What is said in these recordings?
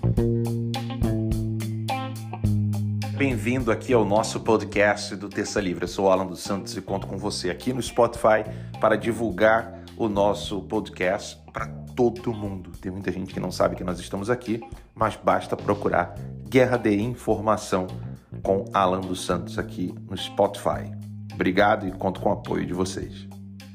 Bem-vindo aqui ao nosso podcast do Terça Livre. Eu sou o Alan dos Santos e conto com você aqui no Spotify para divulgar o nosso podcast para todo mundo. Tem muita gente que não sabe que nós estamos aqui, mas basta procurar Guerra de Informação com Alan dos Santos aqui no Spotify. Obrigado e conto com o apoio de vocês.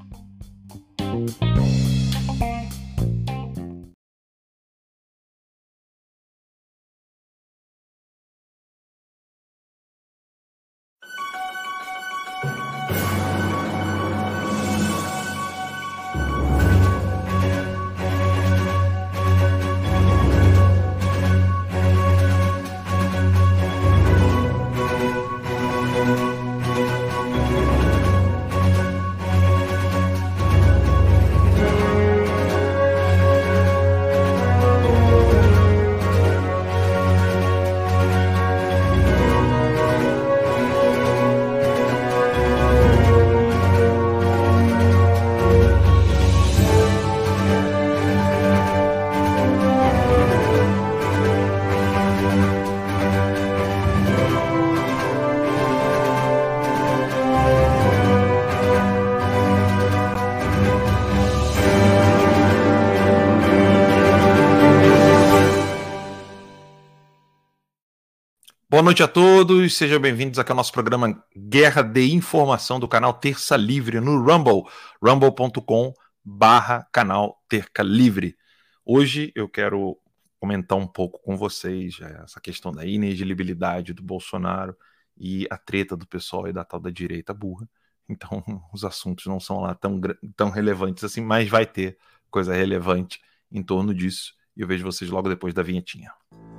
Boa noite a todos, sejam bem-vindos aqui ao nosso programa Guerra de Informação do canal Terça Livre no Rumble, rumble.com/canal Terça Livre. Hoje eu quero comentar um pouco com vocês essa questão da inelegibilidade do Bolsonaro e a treta do pessoal e da tal da direita burra. Então os assuntos não são lá tão relevantes assim, mas vai ter coisa relevante em torno disso e eu vejo vocês logo depois da vinhetinha.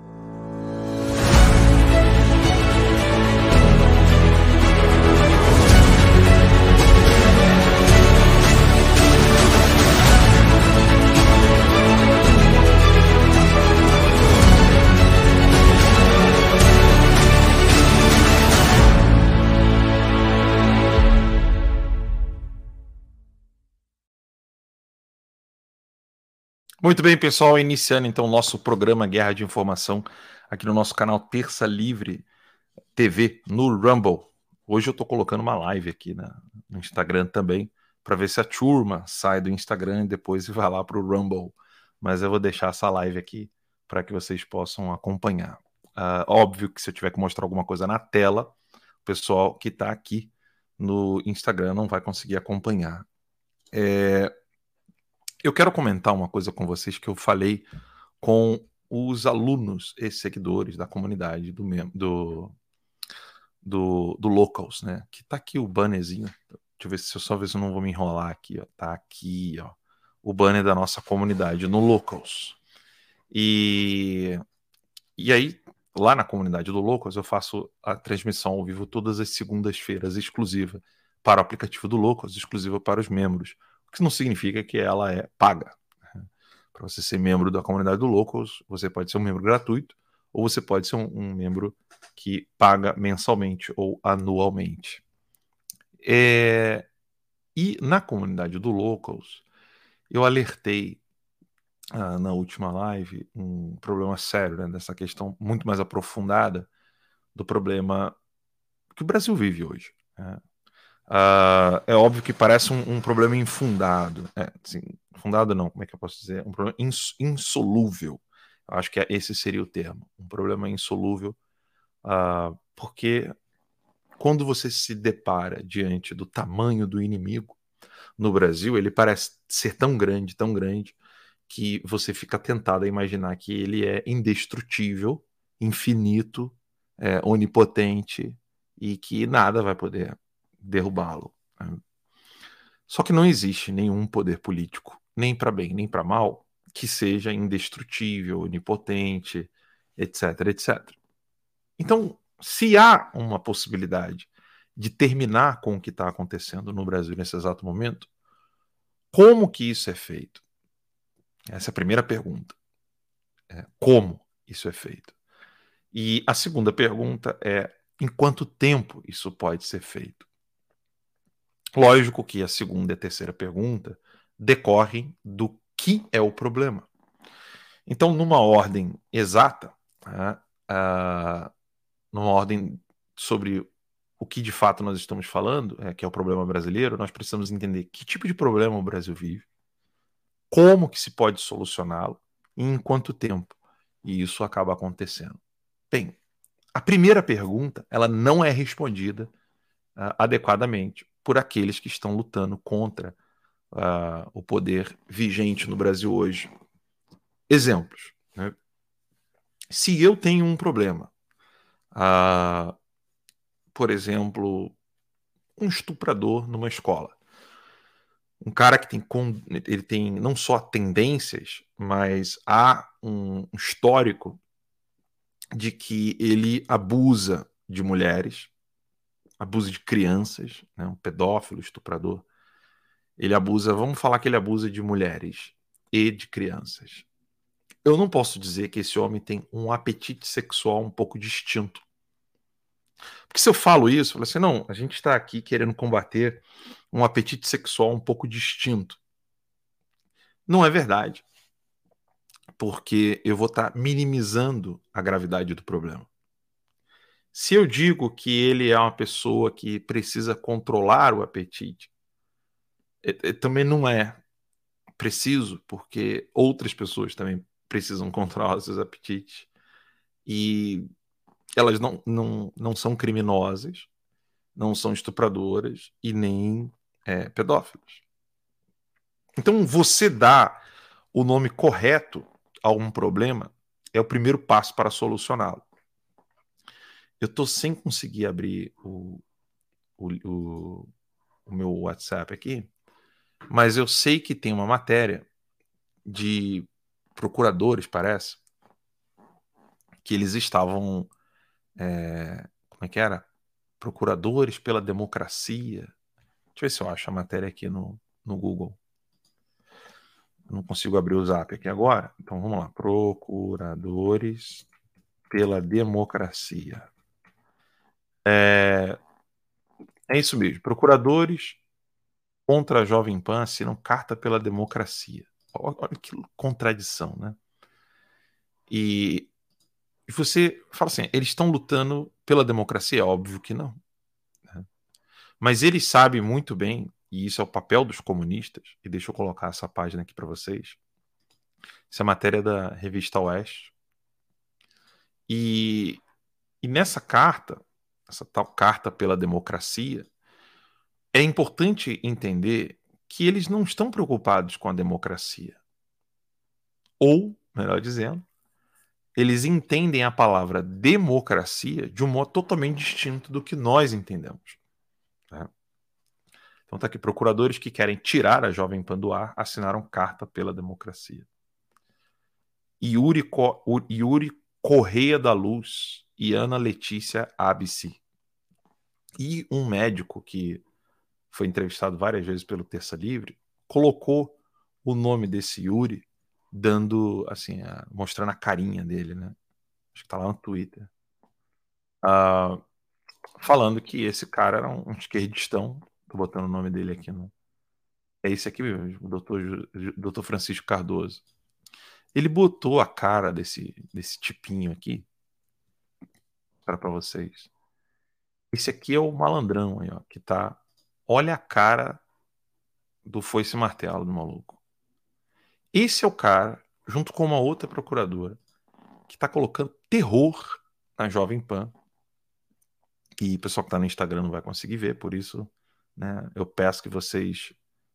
Muito bem, pessoal, iniciando então o nosso programa Guerra de Informação aqui no nosso canal Terça Livre TV no Rumble. Hoje eu tô colocando uma live aqui no Instagram também, para ver se a turma sai do Instagram e depois vai lá pro Rumble. Mas eu vou deixar essa live aqui para que vocês possam acompanhar. Óbvio que se eu tiver que mostrar alguma coisa na tela, o pessoal que está aqui no Instagram não vai conseguir acompanhar. Eu quero comentar uma coisa com vocês que eu falei com os alunos e seguidores da comunidade do Locals, né? Que tá aqui o bannerzinho. Deixa eu ver se eu não vou me enrolar aqui, ó. Tá aqui, ó. O banner da nossa comunidade no Locals. E aí, lá na comunidade do Locals, eu faço a transmissão ao vivo todas as segundas-feiras, exclusiva para o aplicativo do Locals, exclusiva para os membros. O que não significa que ela é paga. Para você ser membro da comunidade do Locals, você pode ser um membro gratuito ou você pode ser um membro que paga mensalmente ou anualmente. E na comunidade do Locals, eu alertei na última live um problema sério, né, dessa questão muito mais aprofundada do problema que o Brasil vive hoje, né? É óbvio que parece um problema infundado. Assim, fundado não, como é que eu posso dizer? Um problema insolúvel. Eu acho que esse seria o termo. Um problema insolúvel, porque quando você se depara diante do tamanho do inimigo no Brasil, ele parece ser tão grande, que você fica tentado a imaginar que ele é indestrutível, infinito, onipotente e que nada vai poder derrubá-lo. Só que não existe nenhum poder político, nem para bem nem para mal, que seja indestrutível, onipotente, etc, etc. Então, se há uma possibilidade de terminar com o que está acontecendo no Brasil nesse exato momento, como que isso é feito? Essa é a primeira pergunta. Como isso é feito? E a segunda pergunta é: em quanto tempo isso pode ser feito? Lógico que a segunda e a terceira pergunta decorrem do que é o problema. Então, numa ordem exata, né, numa ordem sobre o que de fato nós estamos falando, que é o problema brasileiro, nós precisamos entender que tipo de problema o Brasil vive, como que se pode solucioná-lo e em quanto tempo. E isso acaba acontecendo. Bem, a primeira pergunta, ela não é respondida adequadamente por aqueles que estão lutando contra o poder vigente no Brasil hoje. Exemplos, né? Se eu tenho um problema, por exemplo, um estuprador numa escola, um cara que ele tem não só tendências, mas há um histórico de que ele abusa de mulheres, abusa de crianças, né? Um pedófilo, estuprador. Ele abusa, vamos falar que ele abusa de mulheres e de crianças. Eu não posso dizer que esse homem tem um apetite sexual um pouco distinto. Porque se eu falo isso, eu falo assim, não, a gente está aqui querendo combater um apetite sexual um pouco distinto. Não é verdade, porque eu vou estar minimizando a gravidade do problema. Se eu digo que ele é uma pessoa que precisa controlar o apetite, também não é preciso, porque outras pessoas também precisam controlar os seus apetites. E elas não são criminosas, não são estupradoras e nem pedófilas. Então, você dá o nome correto a um problema é o primeiro passo para solucioná-lo. Eu estou sem conseguir abrir o meu WhatsApp aqui, mas eu sei que tem uma matéria de procuradores, parece, que eles estavam. Como é que era? Procuradores pela democracia. Deixa eu ver se eu acho a matéria aqui no Google. Não consigo abrir o Zap aqui agora. Então vamos lá. Procuradores pela democracia. É isso mesmo. Procuradores contra a Jovem Pan assinam carta pela democracia. Olha que contradição, né? E você fala assim, eles estão lutando pela democracia? Óbvio que não. Né? Mas eles sabem muito bem, e isso é o papel dos comunistas, e deixa eu colocar essa página aqui para vocês. Isso é matéria da revista Oeste. E nessa carta, essa tal carta pela democracia, é importante entender que eles não estão preocupados com a democracia. Ou, melhor dizendo, eles entendem a palavra democracia de um modo totalmente distinto do que nós entendemos. Né? Então tá aqui, procuradores que querem tirar a Jovem Pan do ar assinaram carta pela democracia. Yuri Correia da Luz e Ana Letícia Absi. E um médico que foi entrevistado várias vezes pelo Terça Livre, colocou o nome desse Yuri, dando, assim, mostrando a carinha dele, né? Acho que tá lá no Twitter. Falando que esse cara era um esquerdistão. Tô botando o nome dele aqui no. É esse aqui mesmo, o doutor Francisco Cardoso. Ele botou a cara desse tipinho aqui para vocês. Esse aqui é o malandrão aí, ó, que tá. Olha a cara do foice martelo do maluco. Esse é o cara, junto com uma outra procuradora, que está colocando terror na Jovem Pan. E o pessoal que está no Instagram não vai conseguir ver, por isso, né, eu peço que vocês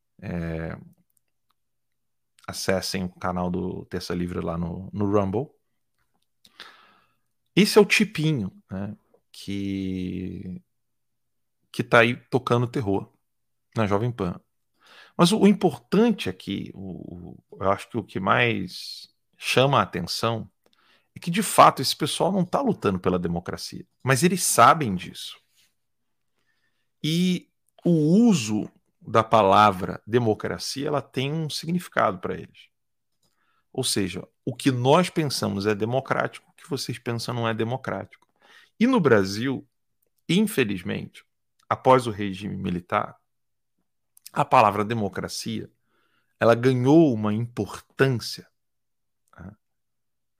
acessem o canal do Terça Livre lá no Rumble. Esse é o tipinho, né, que está aí tocando terror na Jovem Pan. Mas o importante aqui, eu acho que o que mais chama a atenção é que, de fato, esse pessoal não está lutando pela democracia, mas eles sabem disso. E o uso da palavra democracia, ela tem um significado para eles. Ou seja, o que nós pensamos é democrático, o que vocês pensam não é democrático. E no Brasil, infelizmente, após o regime militar, a palavra democracia, ela ganhou uma importância, né,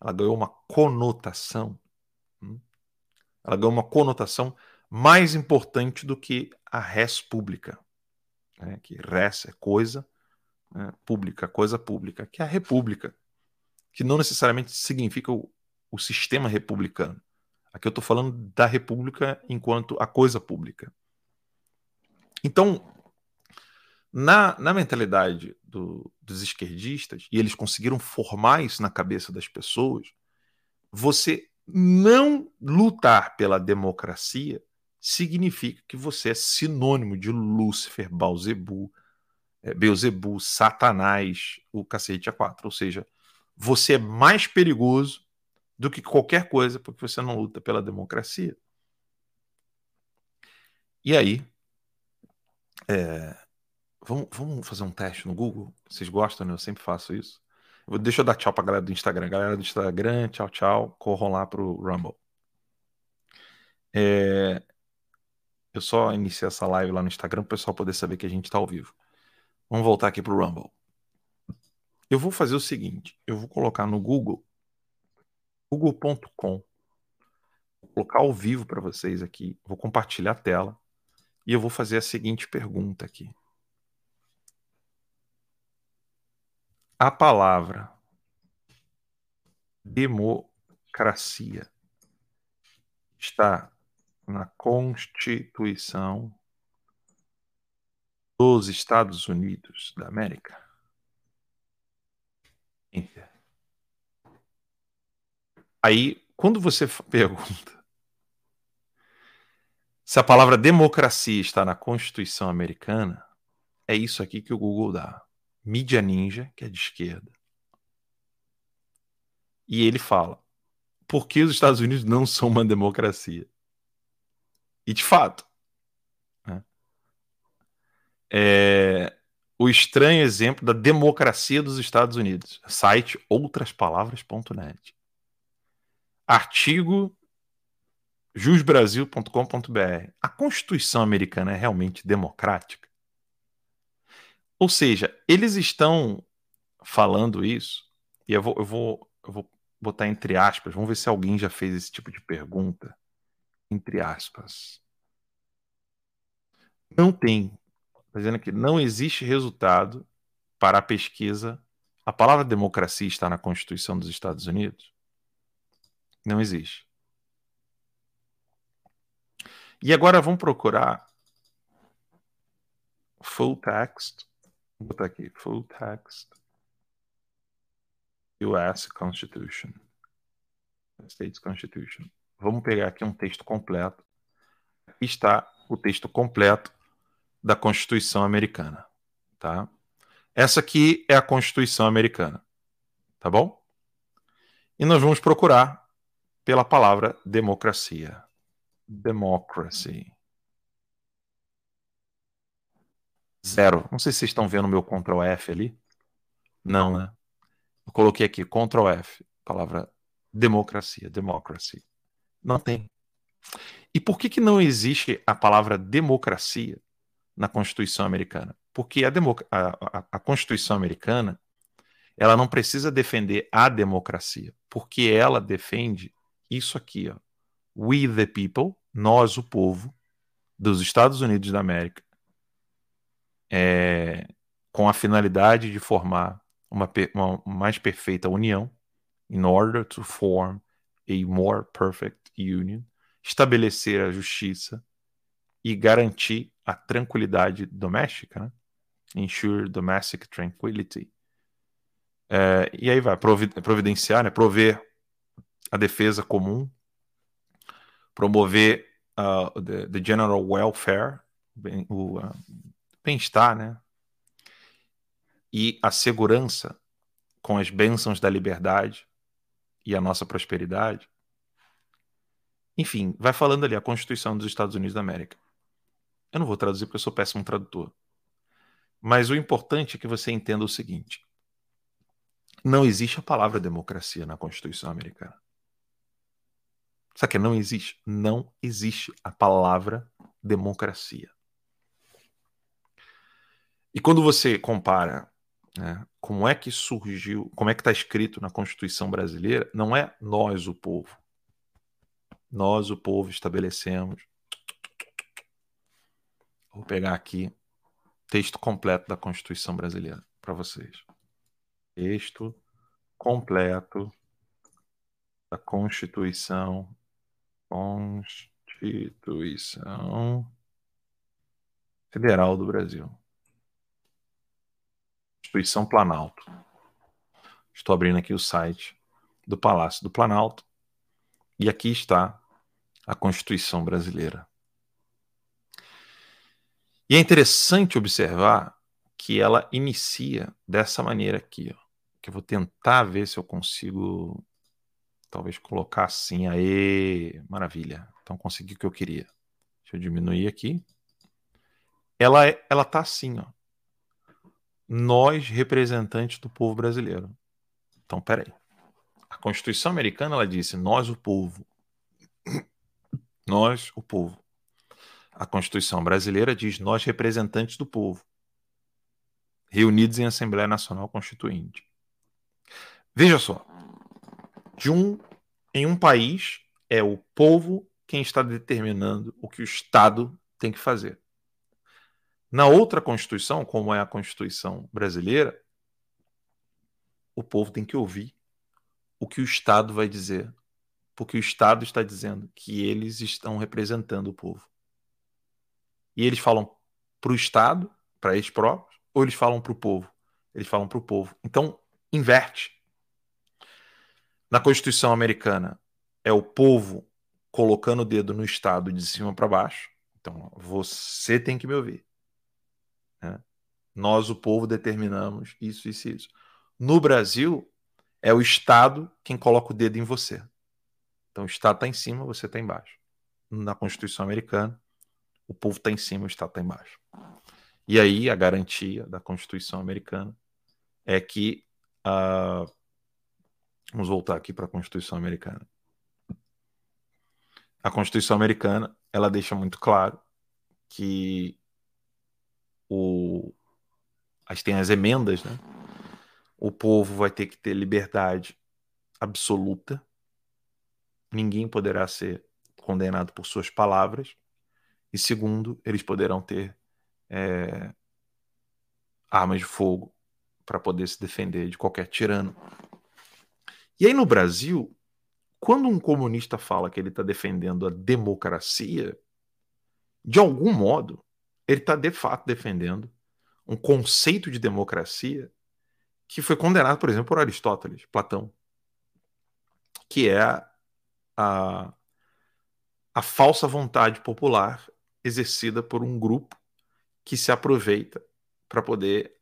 ela ganhou uma conotação. Ela ganhou uma conotação mais importante do que a res pública. Né? Que res é coisa, né? Pública, coisa pública, que é a república, que não necessariamente significa o sistema republicano. Aqui eu estou falando da república enquanto a coisa pública. Então, na mentalidade dos esquerdistas, e eles conseguiram formar isso na cabeça das pessoas, você não lutar pela democracia significa que você é sinônimo de Lúcifer, Beelzebub, Satanás, o cacete A4. Ou seja, você é mais perigoso do que qualquer coisa porque você não luta pela democracia. E aí, vamos fazer um teste no Google? Vocês gostam, né? Eu sempre faço isso. Deixa eu dar tchau pra galera do Instagram. Galera do Instagram, tchau, tchau. Corram lá pro Rumble. Eu só iniciei essa live lá no Instagram para o pessoal poder saber que a gente está ao vivo. Vamos voltar aqui pro Rumble. Eu vou fazer o seguinte. Eu vou colocar no Google, google.com. Vou colocar ao vivo para vocês aqui. Vou compartilhar a tela. E eu vou fazer a seguinte pergunta aqui. A palavra democracia está na Constituição dos Estados Unidos da América? Enter. Aí, quando você pergunta se a palavra democracia está na Constituição americana, é isso aqui que o Google dá. Mídia Ninja, que é de esquerda. E ele fala, por que os Estados Unidos não são uma democracia? E de fato, né, é o estranho exemplo da democracia dos Estados Unidos. Site outraspalavras.net. Artigo jusbrasil.com.br. A Constituição americana é realmente democrática? Ou seja, eles estão falando isso, e eu vou botar entre aspas, vamos ver se alguém já fez esse tipo de pergunta. Entre aspas. Não tem. Está dizendo que não existe resultado para a pesquisa. A palavra democracia está na Constituição dos Estados Unidos? Não existe. E agora vamos procurar full text. Vou botar aqui, full text. US Constitution. States Constitution. Vamos pegar aqui um texto completo. Aqui está o texto completo da Constituição Americana. Tá? Essa aqui é a Constituição Americana. Tá bom? E nós vamos procurar pela palavra democracia. Democracy. 0. Não sei se vocês estão vendo o meu Ctrl F ali. Não, né? Eu coloquei aqui Ctrl F, palavra democracia, democracy. Não tem. E por que não existe a palavra democracia na Constituição Americana? Porque a Constituição Americana, ela não precisa defender a democracia, porque ela defende isso aqui, ó. We the people, nós o povo dos Estados Unidos da América, com a finalidade de formar uma mais perfeita união, in order to form a more perfect union, estabelecer a justiça e garantir a tranquilidade doméstica, né? Ensure domestic tranquility. E aí vai providenciar, né? Prover a defesa comum, promover the general welfare, o bem-estar, né? E a segurança com as bênçãos da liberdade e a nossa prosperidade. Enfim, vai falando ali a Constituição dos Estados Unidos da América. Eu não vou traduzir porque eu sou péssimo tradutor. Mas o importante é que você entenda o seguinte. Não existe a palavra democracia na Constituição americana. Sabe que não existe? Não existe a palavra democracia. E quando você compara né? Como é que surgiu, como é que está escrito na Constituição brasileira? Não é nós, o povo. Nós, o povo, estabelecemos. Vou pegar aqui texto completo da Constituição brasileira para vocês. Texto completo da Constituição Federal do Brasil. Constituição Planalto. Estou abrindo aqui o site do Palácio do Planalto e aqui está a Constituição brasileira. E é interessante observar que ela inicia dessa maneira aqui, ó, que eu vou tentar ver se eu consigo talvez colocar assim. Aê, maravilha. Então consegui o que eu queria. Deixa eu diminuir aqui. Ela tá assim, ó. Nós, representantes do povo brasileiro. Então, peraí. A Constituição americana, ela disse, nós, o povo. Nós, o povo. A Constituição brasileira diz, nós, representantes do povo. Reunidos em Assembleia Nacional Constituinte. Veja só. Em um país, é o povo quem está determinando o que o Estado tem que fazer. Na outra Constituição, como é a Constituição brasileira, o povo tem que ouvir o que o Estado vai dizer, porque o Estado está dizendo que eles estão representando o povo. E eles falam para o Estado, para eles próprios, ou eles falam para o povo? Eles falam para o povo. Então, inverte. Na Constituição americana, é o povo colocando o dedo no Estado de cima para baixo. Então, você tem que me ouvir. Né? Nós, o povo, determinamos isso, isso e isso. No Brasil, é o Estado quem coloca o dedo em você. Então, o Estado está em cima, você está embaixo. Na Constituição americana, o povo está em cima, o Estado está embaixo. E aí, a garantia da Constituição americana é que... vamos voltar aqui para a Constituição americana. A Constituição americana, ela deixa muito claro que tem as emendas, né? O povo vai ter que ter liberdade absoluta. Ninguém poderá ser condenado por suas palavras. E segundo, eles poderão ter armas de fogo para poder se defender de qualquer tirano. E aí no Brasil, quando um comunista fala que ele está defendendo a democracia, de algum modo, ele está de fato defendendo um conceito de democracia que foi condenado, por exemplo, por Aristóteles, Platão, que é a falsa vontade popular exercida por um grupo que se aproveita para poder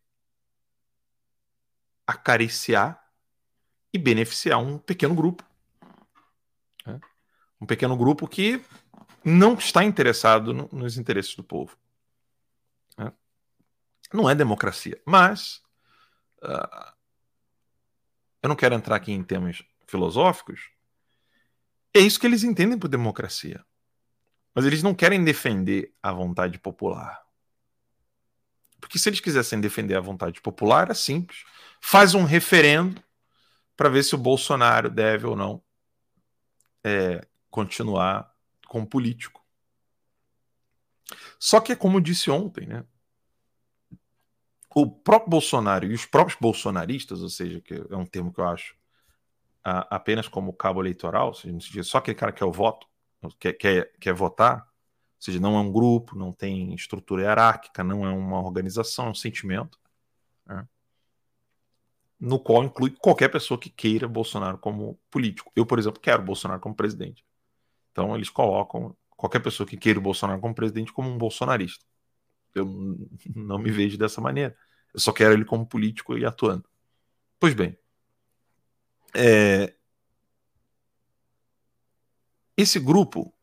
acariciar e beneficiar um pequeno grupo. Né? Um pequeno grupo que não está interessado nos interesses do povo. Né? Não é democracia. Mas eu não quero entrar aqui em temas filosóficos. É isso que eles entendem por democracia. Mas eles não querem defender a vontade popular. Porque se eles quisessem defender a vontade popular, é simples. Faz um referendo para ver se o Bolsonaro deve ou não continuar como político. Só que é como eu disse ontem, né? O próprio Bolsonaro e os próprios bolsonaristas, ou seja, que é um termo que eu acho apenas como cabo eleitoral, ou seja, só aquele cara que é o voto, quer votar, ou seja, não é um grupo, não tem estrutura hierárquica, não é uma organização, é um sentimento, né? No qual inclui qualquer pessoa que queira Bolsonaro como político. Eu, por exemplo, quero Bolsonaro como presidente. Então eles colocam qualquer pessoa que queira o Bolsonaro como presidente como um bolsonarista. Eu não me vejo dessa maneira. Eu só quero ele como político e atuando. Pois bem, esse grupo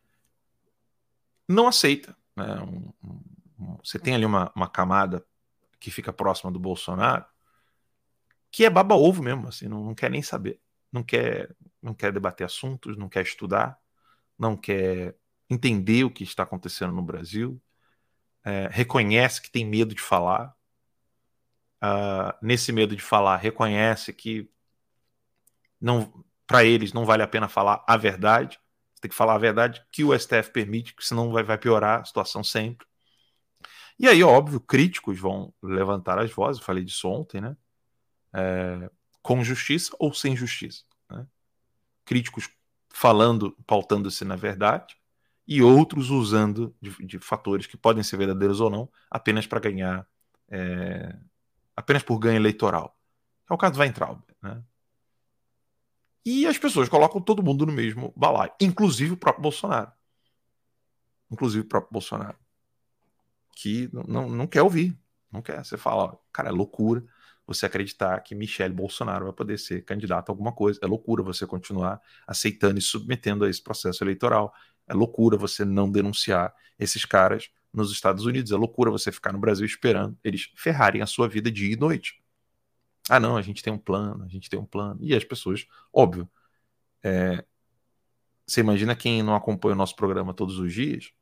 não aceita. Né? Você tem ali uma camada que fica próxima do Bolsonaro que é baba-ovo mesmo, assim, não quer nem saber. Não quer debater assuntos, não quer estudar, não quer entender o que está acontecendo no Brasil, reconhece que tem medo de falar. nesse medo de falar, reconhece que para eles não vale a pena falar a verdade. Você tem que falar a verdade que o STF permite, que senão vai piorar a situação sempre. E aí, óbvio, críticos vão levantar as vozes, eu falei disso ontem, né? Com justiça ou sem justiça. Né? Críticos falando, pautando-se na verdade, e outros usando de fatores que podem ser verdadeiros ou não, apenas para ganhar, apenas por ganho eleitoral. É o caso do Weintraub, né? E as pessoas colocam todo mundo no mesmo balaio, inclusive o próprio Bolsonaro. Inclusive o próprio Bolsonaro. Que não quer ouvir. Não quer. Você fala, cara, é loucura você acreditar que Michele Bolsonaro vai poder ser candidato a alguma coisa. É loucura você continuar aceitando e submetendo a esse processo eleitoral. É loucura você não denunciar esses caras nos Estados Unidos. É loucura você ficar no Brasil esperando eles ferrarem a sua vida dia e noite. Ah, não, a gente tem um plano, a gente tem um plano. E as pessoas, óbvio, você imagina quem não acompanha o nosso programa todos os dias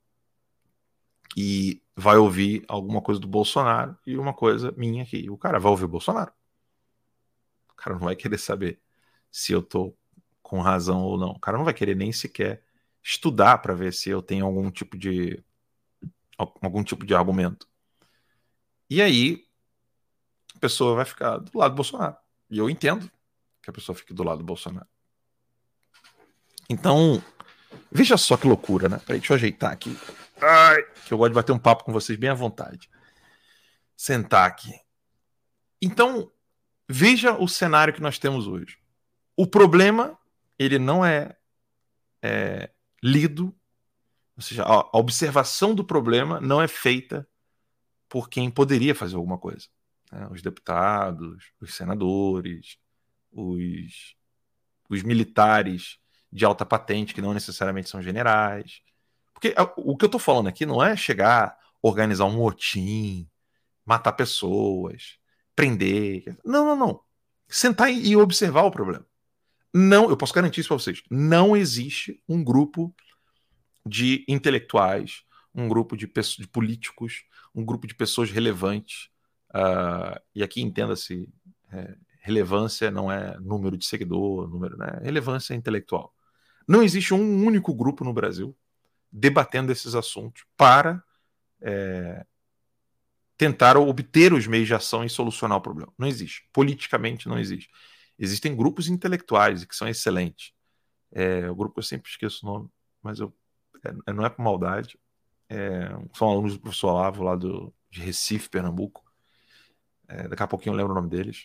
e vai ouvir alguma coisa do Bolsonaro e uma coisa minha aqui. O cara vai ouvir o Bolsonaro. O cara não vai querer saber se eu tô com razão ou não. O cara não vai querer nem sequer estudar para ver se eu tenho algum tipo de argumento. E aí a pessoa vai ficar do lado do Bolsonaro. E eu entendo que a pessoa fique do lado do Bolsonaro. Então, veja só que loucura, né? Peraí, deixa eu ajeitar aqui. Ai, que eu gosto de bater um papo com vocês bem à vontade. Sentar aqui. Então, veja o cenário que nós temos hoje. O problema, ele não é lido, ou seja, a observação do problema não é feita por quem poderia fazer alguma coisa. Né? Os deputados, os senadores, os militares de alta patente, que não necessariamente são generais. Porque o que eu estou falando aqui não é chegar, organizar um motim, matar pessoas, prender. Não. Sentar e observar o problema. Não, eu posso garantir isso para vocês. Não existe um grupo de intelectuais, um grupo de políticos, um grupo de pessoas relevantes. E aqui entenda-se, relevância não é número de seguidor, né? Relevância intelectual. Não existe um único grupo no Brasil debatendo esses assuntos para tentar obter os meios de ação e solucionar o problema. Não existe. Politicamente não existe. Existem grupos intelectuais que são excelentes. O grupo, eu sempre esqueço o nome, mas não é por maldade. São alunos do professor Olavo, lá de Recife, Pernambuco. Daqui a pouquinho eu lembro o nome deles.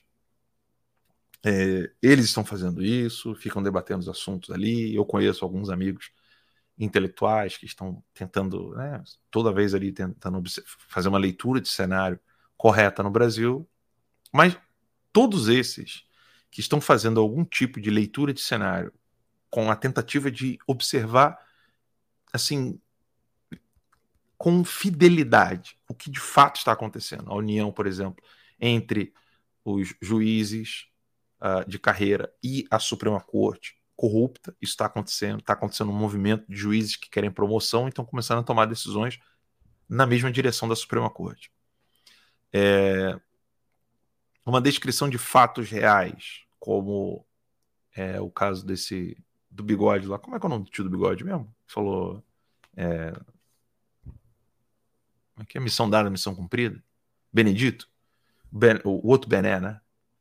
Eles estão fazendo isso, ficam debatendo os assuntos ali. Eu conheço alguns amigos intelectuais que estão tentando, né, toda vez ali tentando fazer uma leitura de cenário correta no Brasil, mas todos esses que estão fazendo algum tipo de leitura de cenário com a tentativa de observar, assim, com fidelidade o que de fato está acontecendo, a união, por exemplo, entre os juízes de carreira e a Suprema Corte corrupta. Isso está acontecendo um movimento de juízes que querem promoção e estão começando a tomar decisões na mesma direção da Suprema Corte. Uma descrição de fatos reais, como o caso do Bigode lá. Como é que é o nome do tio do Bigode mesmo? Falou. Como é que é? Missão dada, missão cumprida? Benedito? O outro Bené, né?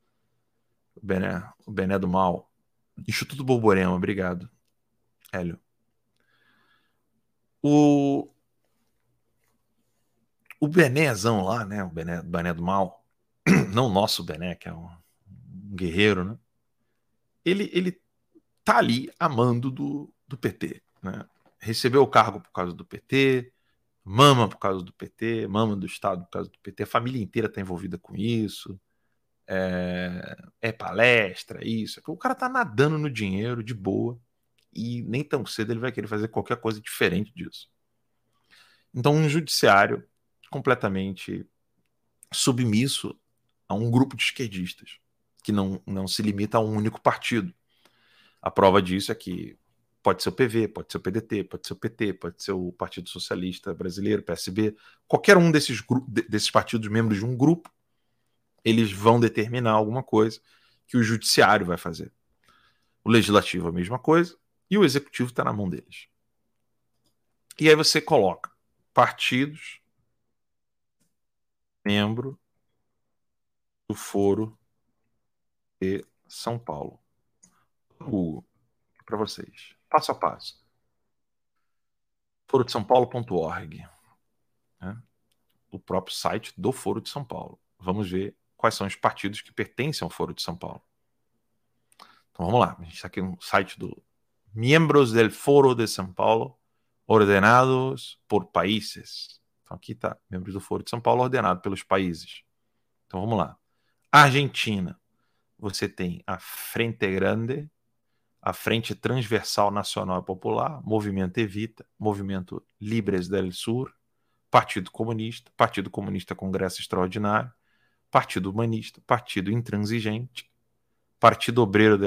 O Bené do Mal. Instituto Borborema, obrigado, Hélio. O Benézão lá, né? O Bené do Mal, não o nosso Bené, que é um guerreiro, né? Ele tá ali a mando do PT, né? Recebeu o cargo por causa do PT, mama por causa do PT, mama do Estado por causa do PT, a família inteira tá envolvida com isso. Palestra, isso. O cara tá nadando no dinheiro de boa e nem tão cedo ele vai querer fazer qualquer coisa diferente disso. Então, um judiciário completamente submisso a um grupo de esquerdistas que não se limita a um único partido. A prova disso é que pode ser o PV, pode ser o PDT, pode ser o PT, pode ser o Partido Socialista Brasileiro, PSB, qualquer um desses partidos membros de um grupo eles vão determinar alguma coisa que o judiciário vai fazer. O legislativo a mesma coisa e o executivo está na mão deles. E aí você coloca partidos, membro do Foro de São Paulo. Google, para vocês, passo a passo. forodesaopaulo.org, né? O próprio site do Foro de São Paulo. Vamos ver quais são os partidos que pertencem ao Foro de São Paulo. Então vamos lá, a gente está aqui no site do Miembros del Foro de São Paulo, ordenados por países. Então aqui está, membros do Foro de São Paulo ordenado pelos países. Então vamos lá. Argentina, você tem a Frente Grande, a Frente Transversal Nacional e Popular, Movimento Evita, Movimento Libres del Sur, Partido Comunista Congresso Extraordinário, Partido Humanista, Partido Intransigente, Partido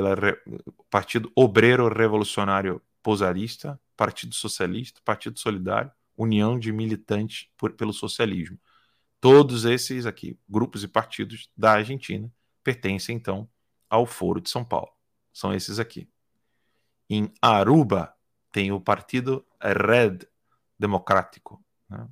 Obrero Revolucionário Posarista, Partido Socialista, Partido Solidário, União de Militantes pelo Socialismo. Todos esses aqui, grupos e partidos da Argentina, pertencem então ao Foro de São Paulo. São esses aqui. Em Aruba tem o Partido Red Democrático, né?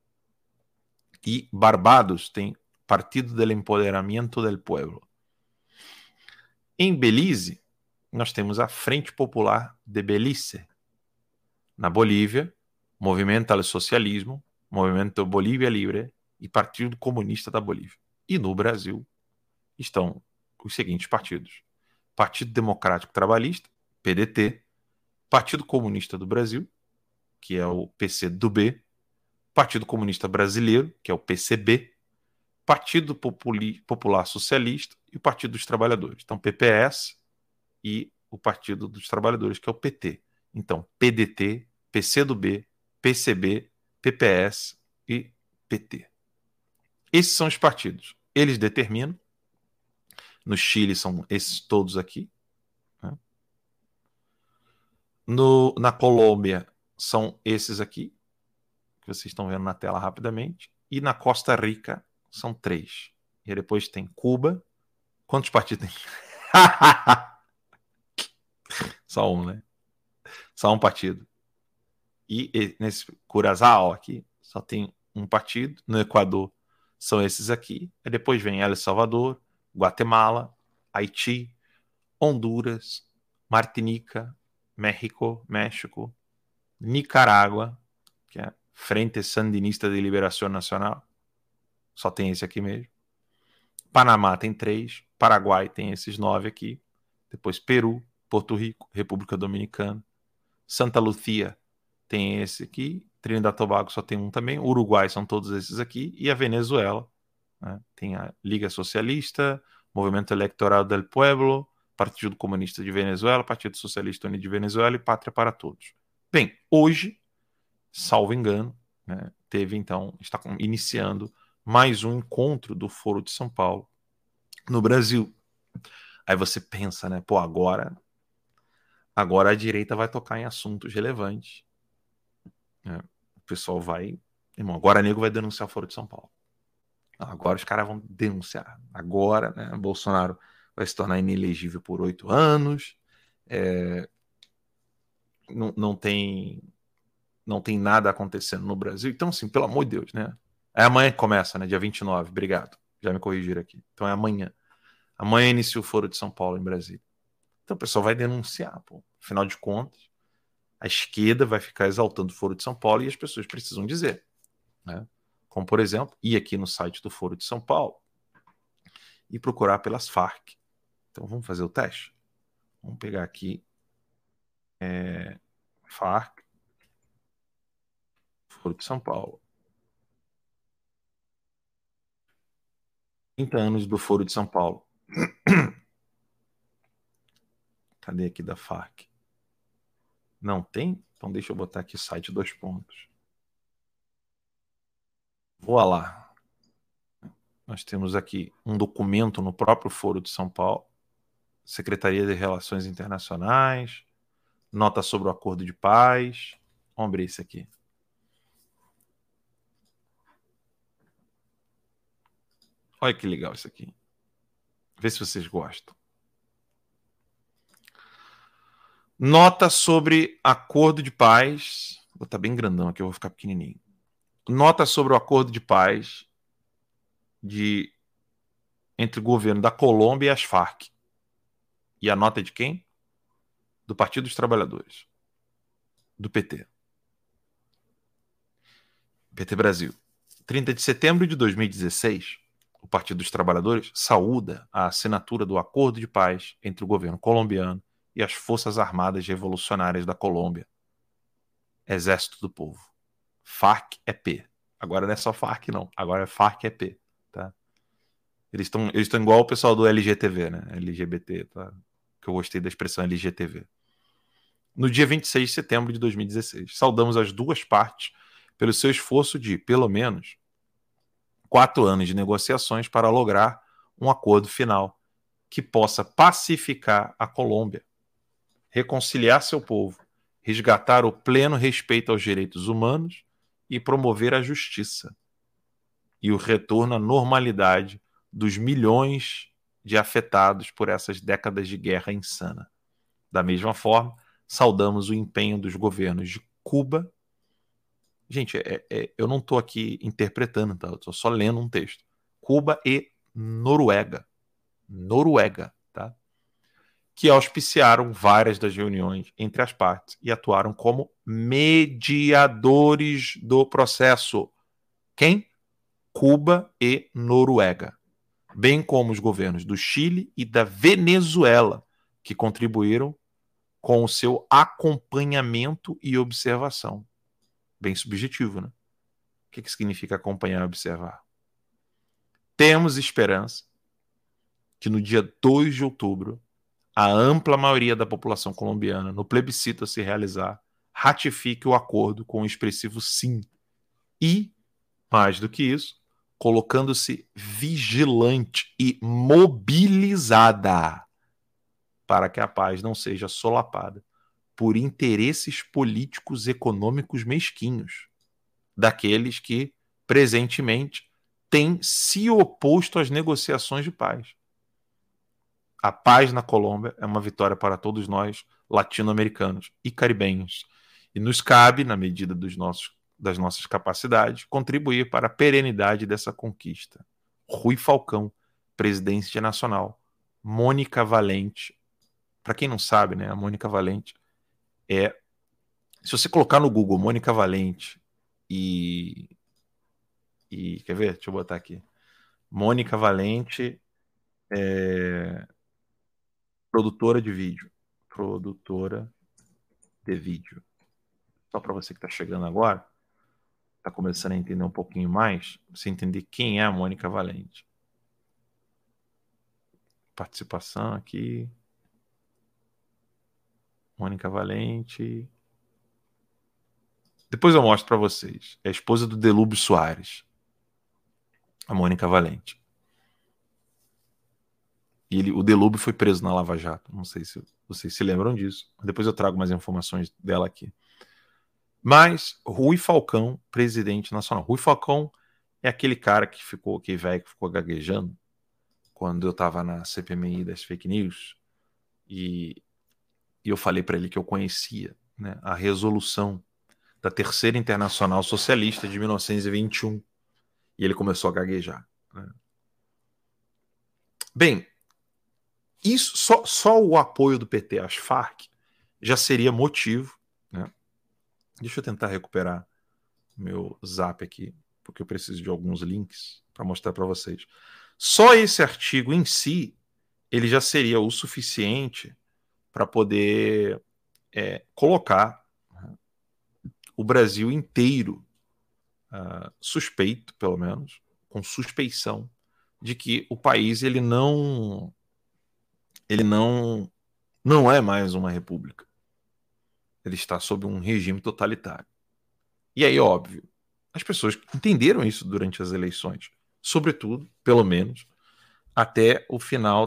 E Barbados tem Partido del Empoderamento del Pueblo. Em Belize, nós temos a Frente Popular de Belize. Na Bolívia, Movimento al Socialismo, Movimento Bolívia Libre e Partido Comunista da Bolívia. E no Brasil estão os seguintes partidos: Partido Democrático Trabalhista, PDT, Partido Comunista do Brasil, que é o PCdoB, Partido Comunista Brasileiro, que é o PCB, Partido Popular Socialista e o Partido dos Trabalhadores. Então, PPS e o Partido dos Trabalhadores, que é o PT. Então, PDT, PCdoB, PCB, PPS e PT. Esses são os partidos. Eles determinam. No Chile são esses todos aqui, né? Na Colômbia são esses aqui, que vocês estão vendo na tela rapidamente. E na Costa Rica são 3. E depois tem Cuba. Quantos partidos tem? Só um, né? Só um partido. E nesse Curaçao aqui só tem um partido. No Equador são esses aqui. E depois vem El Salvador, Guatemala, Haiti, Honduras, Martinica, México, Nicarágua, que é Frente Sandinista de Liberação Nacional. Só tem esse aqui mesmo. Panamá tem 3. Paraguai tem esses 9 aqui. Depois Peru, Porto Rico, República Dominicana. Santa Lucía tem esse aqui. Trinidad e Tobago só tem um também. Uruguai são todos esses aqui. E a Venezuela, né? Tem a Liga Socialista, Movimento Electoral del Pueblo, Partido Comunista de Venezuela, Partido Socialista Unido de Venezuela e Pátria para Todos. Bem, hoje, salvo engano, né, está iniciando mais um encontro do Foro de São Paulo no Brasil. Aí você pensa, né, pô, agora a direita vai tocar em assuntos relevantes, né? O pessoal vai, irmão, agora nego vai denunciar o Foro de São Paulo. Agora os caras vão denunciar. Agora, né, Bolsonaro vai se tornar inelegível por 8 anos. Não tem nada acontecendo no Brasil. Então, assim, pelo amor de Deus, né? É amanhã que começa, né? Dia 29. Obrigado. Já me corrigiram aqui. Então é amanhã. Amanhã inicia o Foro de São Paulo em Brasília. Então o pessoal vai denunciar, pô. Afinal de contas, a esquerda vai ficar exaltando o Foro de São Paulo e as pessoas precisam dizer, né? Como, por exemplo, ir aqui no site do Foro de São Paulo e procurar pelas Farc. Então vamos fazer o teste? Vamos pegar aqui Farc, Foro de São Paulo. 30 anos do Foro de São Paulo. Cadê aqui da Farc? Não tem? Então deixa eu botar aqui site 2 pontos. Voa lá. Nós temos aqui um documento no próprio Foro de São Paulo, Secretaria de Relações Internacionais, nota sobre o Acordo de Paz. Vamos abrir esse aqui. Olha que legal isso aqui. Vê se vocês gostam. Nota sobre acordo de paz. Vou botar bem grandão aqui, eu vou ficar pequenininho. Nota sobre o acordo de paz entre o governo da Colômbia e as Farc. E a nota é de quem? Do Partido dos Trabalhadores. Do PT. PT Brasil. 30 de setembro de 2016, o Partido dos Trabalhadores saúda a assinatura do acordo de paz entre o governo colombiano e as Forças Armadas Revolucionárias da Colômbia. Exército do Povo. FARC-EP. Agora não é só FARC, não. Agora é FARC-EP. Tá? Eles estão igual o pessoal do LGTV, né? LGBT, tá? Que eu gostei da expressão LGTV. No dia 26 de setembro de 2016, saudamos as duas partes pelo seu esforço de, pelo menos, 4 anos de negociações para lograr um acordo final que possa pacificar a Colômbia, reconciliar seu povo, resgatar o pleno respeito aos direitos humanos e promover a justiça e o retorno à normalidade dos milhões de afetados por essas décadas de guerra insana. Da mesma forma, saudamos o empenho dos governos de Cuba. Gente, eu não estou aqui interpretando, tá? Eu estou só lendo um texto. Cuba e Noruega. Noruega, tá? Que auspiciaram várias das reuniões entre as partes e atuaram como mediadores do processo. Quem? Cuba e Noruega. Bem como os governos do Chile e da Venezuela, que contribuíram com o seu acompanhamento e observação. Bem subjetivo, né? O que significa acompanhar e observar? Temos esperança que no dia 2 de outubro, a ampla maioria da população colombiana, no plebiscito a se realizar, ratifique o acordo com um expressivo sim. E, mais do que isso, colocando-se vigilante e mobilizada para que a paz não seja solapada por interesses políticos econômicos mesquinhos, daqueles que, presentemente, têm se oposto às negociações de paz. A paz na Colômbia é uma vitória para todos nós, latino-americanos e caribenhos, e nos cabe, na medida das nossas capacidades, contribuir para a perenidade dessa conquista. Rui Falcão, presidente nacional. Mônica Valente. Para quem não sabe, né, a Mônica Valente se você colocar no Google Mônica Valente e quer ver? Deixa eu botar aqui. Mônica Valente, produtora de vídeo. Produtora de vídeo. Só para você que está chegando agora, está começando a entender um pouquinho mais, você entender quem é a Mônica Valente. Participação aqui. Mônica Valente. Depois eu mostro para vocês. É a esposa do Delúbio Soares. A Mônica Valente. E o Delúbio foi preso na Lava Jato. Não sei se vocês se lembram disso. Depois eu trago mais informações dela aqui. Mas Rui Falcão, presidente nacional. Rui Falcão é aquele cara que ficou gaguejando quando eu estava na CPMI das fake news e eu falei para ele que eu conhecia, né, a resolução da Terceira Internacional Socialista de 1921 e ele começou a gaguejar. Né? Bem, isso só o apoio do PT às Farc já seria motivo, né? Deixa eu tentar recuperar meu zap aqui, porque eu preciso de alguns links para mostrar para vocês. Só esse artigo em si, ele já seria o suficiente para poder colocar o Brasil inteiro suspeito, pelo menos, com suspeição de que o país ele não é mais uma república. Ele está sob um regime totalitário. E aí, óbvio, as pessoas entenderam isso durante as eleições, sobretudo, pelo menos, até o final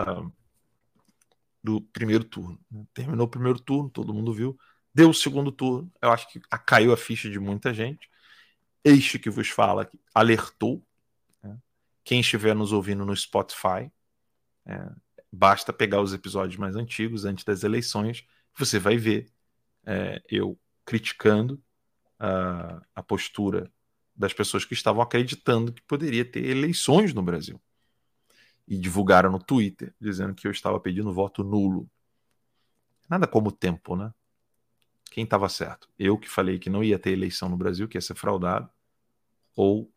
do primeiro turno. Terminou o primeiro turno, todo mundo viu. Deu o segundo turno, eu acho que caiu a ficha de muita gente. Este que vos fala alertou, né, Quem estiver nos ouvindo no Spotify, basta pegar os episódios mais antigos, antes das eleições, você vai ver eu criticando a postura das pessoas que estavam acreditando que poderia ter eleições no Brasil. E divulgaram no Twitter, dizendo que eu estava pedindo voto nulo. Nada como o tempo, né? Quem estava certo? Eu que falei que não ia ter eleição no Brasil, que ia ser fraudado, ou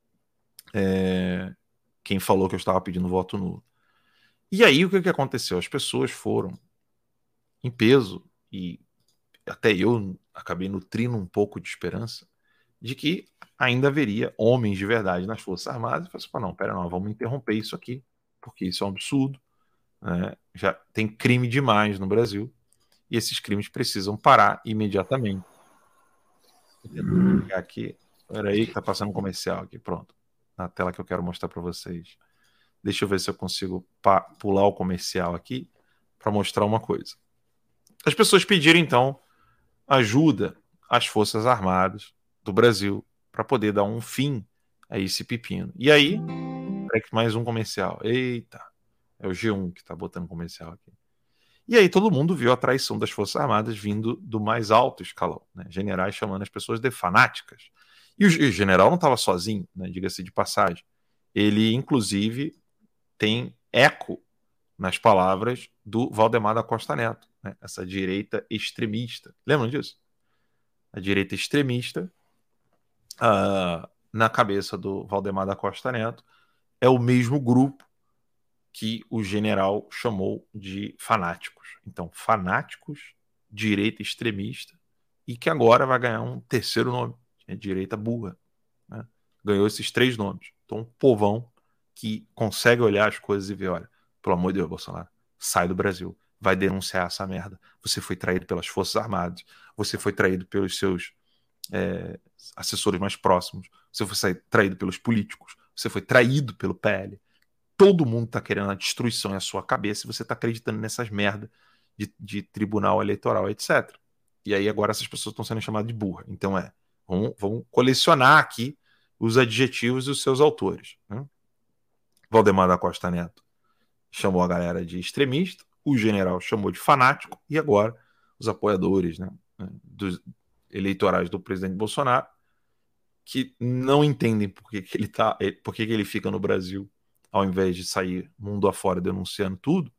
quem falou que eu estava pedindo voto nulo. E aí o que aconteceu? As pessoas foram em peso, e até eu acabei nutrindo um pouco de esperança, de que ainda haveria homens de verdade nas Forças Armadas. E falei assim, não, pera não, vamos interromper isso aqui, porque isso é um absurdo, né? Já tem crime demais no Brasil, e esses crimes precisam parar imediatamente. Vou tentar pegar aqui, peraí que tá passando um comercial aqui, pronto, na tela que eu quero mostrar para vocês. Deixa eu ver se eu consigo pular o comercial aqui para mostrar uma coisa. As pessoas pediram, então, ajuda às Forças Armadas do Brasil para poder dar um fim a esse pepino. E aí, mais um comercial. Eita, é o G1 que está botando comercial aqui. E aí todo mundo viu a traição das Forças Armadas vindo do mais alto escalão, né? Generais chamando as pessoas de fanáticas. E o general não estava sozinho, né? Diga-se de passagem. Ele, inclusive, tem eco nas palavras do Valdemar da Costa Neto, né? Essa direita extremista. Lembram disso? A direita extremista, na cabeça do Valdemar da Costa Neto, é o mesmo grupo que o general chamou de fanáticos. Então, fanáticos, direita extremista, e que agora vai ganhar um terceiro nome, que é direita burra, né? Ganhou esses 3 nomes. Então, um povão que consegue olhar as coisas e ver, olha, pelo amor de Deus, Bolsonaro, sai do Brasil, vai denunciar essa merda. Você foi traído pelas Forças Armadas, você foi traído pelos seus assessores mais próximos, você foi traído pelos políticos, você foi traído pelo PL. Todo mundo está querendo a destruição na sua cabeça e você está acreditando nessas merdas de tribunal eleitoral, etc. E aí agora essas pessoas estão sendo chamadas de burra. Então vamos colecionar aqui os adjetivos e os seus autores, né? Valdemar da Costa Neto chamou a galera de extremista, o general chamou de fanático, e agora os apoiadores, né, dos eleitorais do presidente Bolsonaro, que não entendem por que ele fica no Brasil ao invés de sair mundo afora denunciando tudo,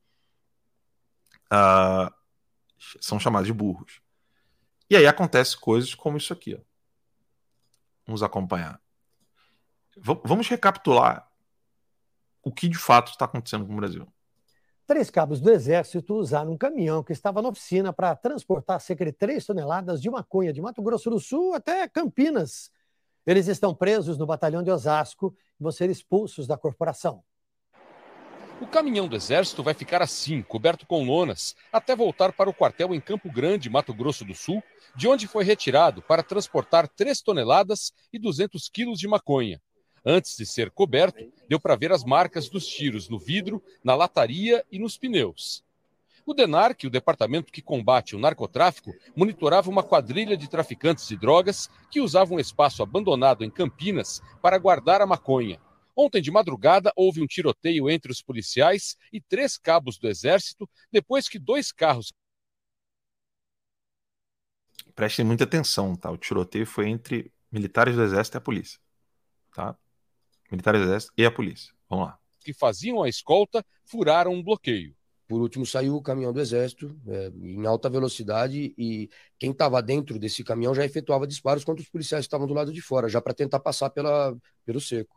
são chamados de burros. E aí acontece coisas como isso aqui. Ó. Vamos acompanhar. Vamos recapitular o que de fato está acontecendo com o Brasil. 3 cabos do Exército usaram um caminhão que estava na oficina para transportar cerca de 3 toneladas de maconha de Mato Grosso do Sul até Campinas. Eles estão presos no batalhão de Osasco e vão ser expulsos da corporação. O caminhão do Exército vai ficar assim, coberto com lonas, até voltar para o quartel em Campo Grande, Mato Grosso do Sul, de onde foi retirado para transportar 3 toneladas e 200 quilos de maconha. Antes de ser coberto, deu para ver as marcas dos tiros no vidro, na lataria e nos pneus. O DENARC, o departamento que combate o narcotráfico, monitorava uma quadrilha de traficantes de drogas que usavam um espaço abandonado em Campinas para guardar a maconha. Ontem de madrugada houve um tiroteio entre os policiais e 3 cabos do Exército, depois que 2 carros... Prestem muita atenção, tá? O tiroteio foi entre militares do Exército e a polícia, tá? Militares do Exército e a polícia. Vamos lá. Que faziam a escolta furaram um bloqueio. Por último, saiu o caminhão do Exército em alta velocidade e quem estava dentro desse caminhão já efetuava disparos contra os policiais que estavam do lado de fora, já para tentar passar pelo cerco.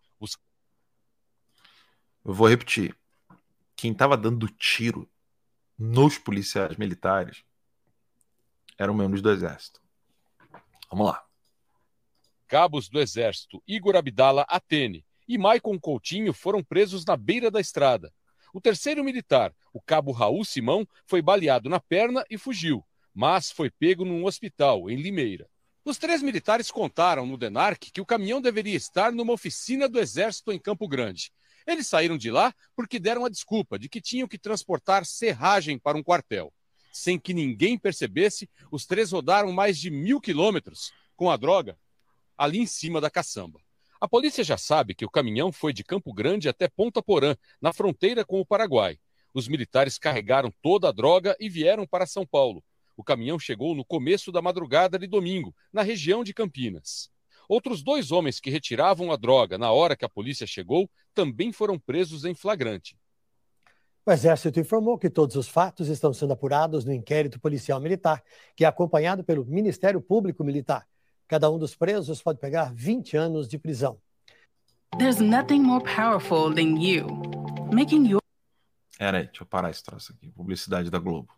Eu vou repetir. Quem estava dando tiro nos policiais militares eram membros do Exército. Vamos lá. Cabos do Exército Igor Abdala Atene e Maicon Coutinho foram presos na beira da estrada. O terceiro militar, o cabo Raul Simão, foi baleado na perna e fugiu, mas foi pego num hospital, em Limeira. Os 3 militares contaram no DENARC que o caminhão deveria estar numa oficina do Exército em Campo Grande. Eles saíram de lá porque deram a desculpa de que tinham que transportar serragem para um quartel. Sem que ninguém percebesse, os 3 rodaram mais de 1.000 quilômetros com a droga ali em cima da caçamba. A polícia já sabe que o caminhão foi de Campo Grande até Ponta Porã, na fronteira com o Paraguai. Os militares carregaram toda a droga e vieram para São Paulo. O caminhão chegou no começo da madrugada de domingo, na região de Campinas. Outros 2 homens que retiravam a droga na hora que a polícia chegou também foram presos em flagrante. O Exército informou que todos os fatos estão sendo apurados no inquérito policial militar, que é acompanhado pelo Ministério Público Militar. Cada um dos presos pode pegar 20 anos de prisão. There's nothing more powerful than you. Making your... Peraí, deixa eu parar esse troço aqui. Publicidade da Globo.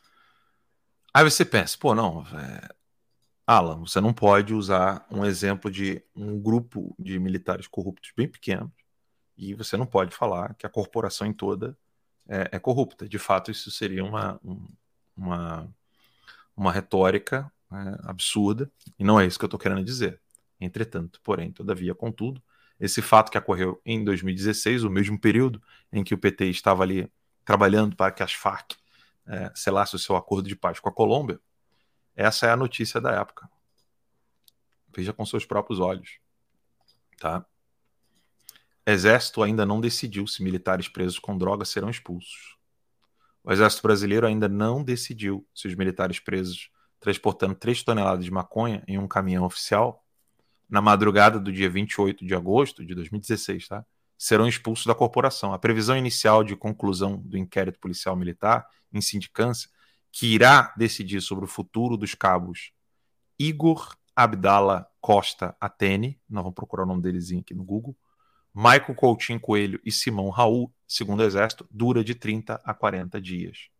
Aí você pensa, pô, não, Alan, você não pode usar um exemplo de um grupo de militares corruptos bem pequeno e você não pode falar que a corporação em toda é corrupta. De fato, isso seria uma retórica absurda, e não é isso que eu estou querendo dizer. Entretanto, porém, todavia, contudo, esse fato que ocorreu em 2016, o mesmo período em que o PT estava ali trabalhando para que as Farc selasse o seu acordo de paz com a Colômbia, essa é a notícia da época. Veja com seus próprios olhos. Tá? Exército ainda não decidiu se militares presos com droga serão expulsos. O Exército Brasileiro ainda não decidiu se os militares presos transportando 3 toneladas de maconha em um caminhão oficial, na madrugada do dia 28 de agosto de 2016, tá? Serão expulsos da corporação. A previsão inicial de conclusão do inquérito policial militar em sindicância, que irá decidir sobre o futuro dos cabos Igor Abdala Costa Atene, nós vamos procurar o nome deles aqui no Google, Michael Coutinho Coelho e Simão Raul, segundo o Exército, dura de 30 a 40 dias.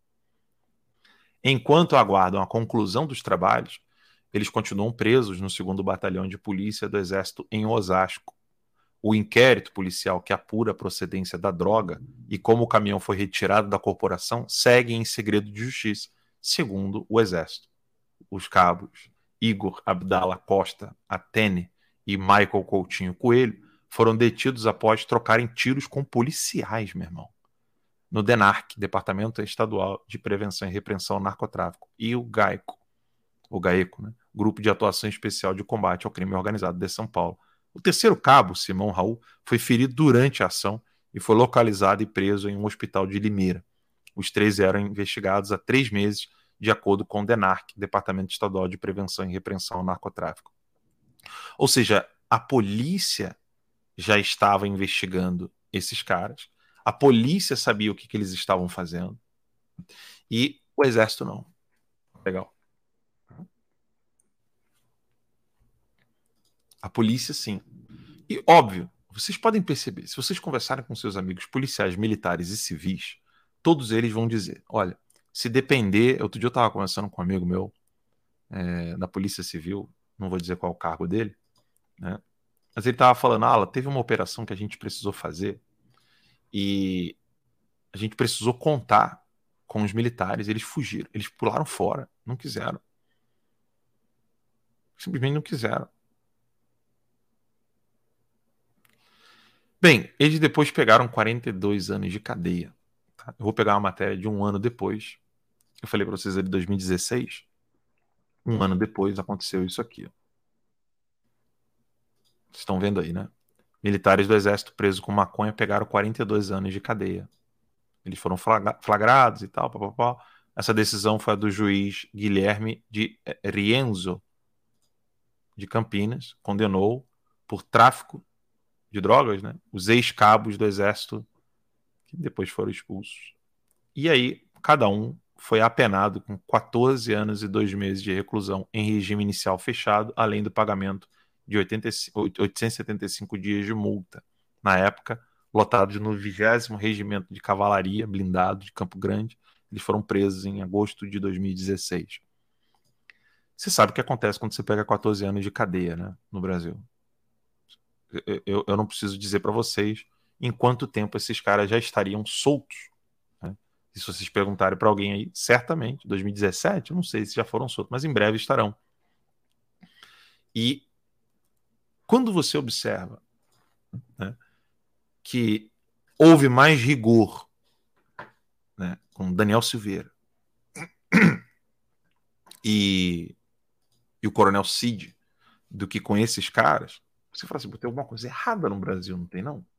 Enquanto aguardam a conclusão dos trabalhos, eles continuam presos no 2º Batalhão de Polícia do Exército em Osasco. O inquérito policial que apura a procedência da droga e como o caminhão foi retirado da corporação segue em segredo de justiça, segundo o Exército. Os cabos Igor Abdala Costa Atene e Michael Coutinho Coelho foram detidos após trocarem tiros com policiais, meu irmão, no DENARC, Departamento Estadual de Prevenção e Repressão ao Narcotráfico, e o GAECO, né? Grupo de Atuação Especial de Combate ao Crime Organizado de São Paulo. O 3º cabo, Simão Raul, foi ferido durante a ação e foi localizado e preso em um hospital de Limeira. Os 3 eram investigados há 3 meses, de acordo com o DENARC, Departamento Estadual de Prevenção e Repressão ao Narcotráfico. Ou seja, a polícia já estava investigando esses caras, a polícia sabia o que eles estavam fazendo e o Exército não. Legal. A polícia, sim. E, óbvio, vocês podem perceber, se vocês conversarem com seus amigos policiais, militares e civis, todos eles vão dizer, olha, se depender... Outro dia eu estava conversando com um amigo meu da Polícia Civil, não vou dizer qual é o cargo dele, né? Mas ele estava falando, teve uma operação que a gente precisou fazer e a gente precisou contar com os militares, eles fugiram, eles pularam fora, não quiseram. Simplesmente não quiseram. Bem, eles depois pegaram 42 anos de cadeia. Tá? Eu vou pegar uma matéria de 1 ano depois. Eu falei para vocês ali de 2016. 1 ano depois aconteceu isso aqui. Vocês estão vendo aí, né? Militares do Exército presos com maconha pegaram 42 anos de cadeia. Eles foram flagrados e tal. Essa decisão foi a do juiz Guilherme de Rienzo, de Campinas. Condenou por tráfico de drogas, né? Os ex-cabos do Exército que depois foram expulsos. E aí, cada um foi apenado com 14 anos e 2 meses de reclusão em regime inicial fechado, além do pagamento de 875 dias de multa. Na época, lotados no 20º Regimento de Cavalaria Blindado de Campo Grande, eles foram presos em agosto de 2016. Você sabe o que acontece quando você pega 14 anos de cadeia, né, no Brasil. Eu não preciso dizer para vocês em quanto tempo esses caras já estariam soltos. Né? E se vocês perguntarem para alguém aí, certamente, 2017, eu não sei se já foram soltos, mas em breve estarão. E quando você observa, né, que houve mais rigor, né, com Daniel Silveira e o Coronel Cid do que com esses caras, Você fala assim, tem alguma coisa errada no Brasil, não tem não?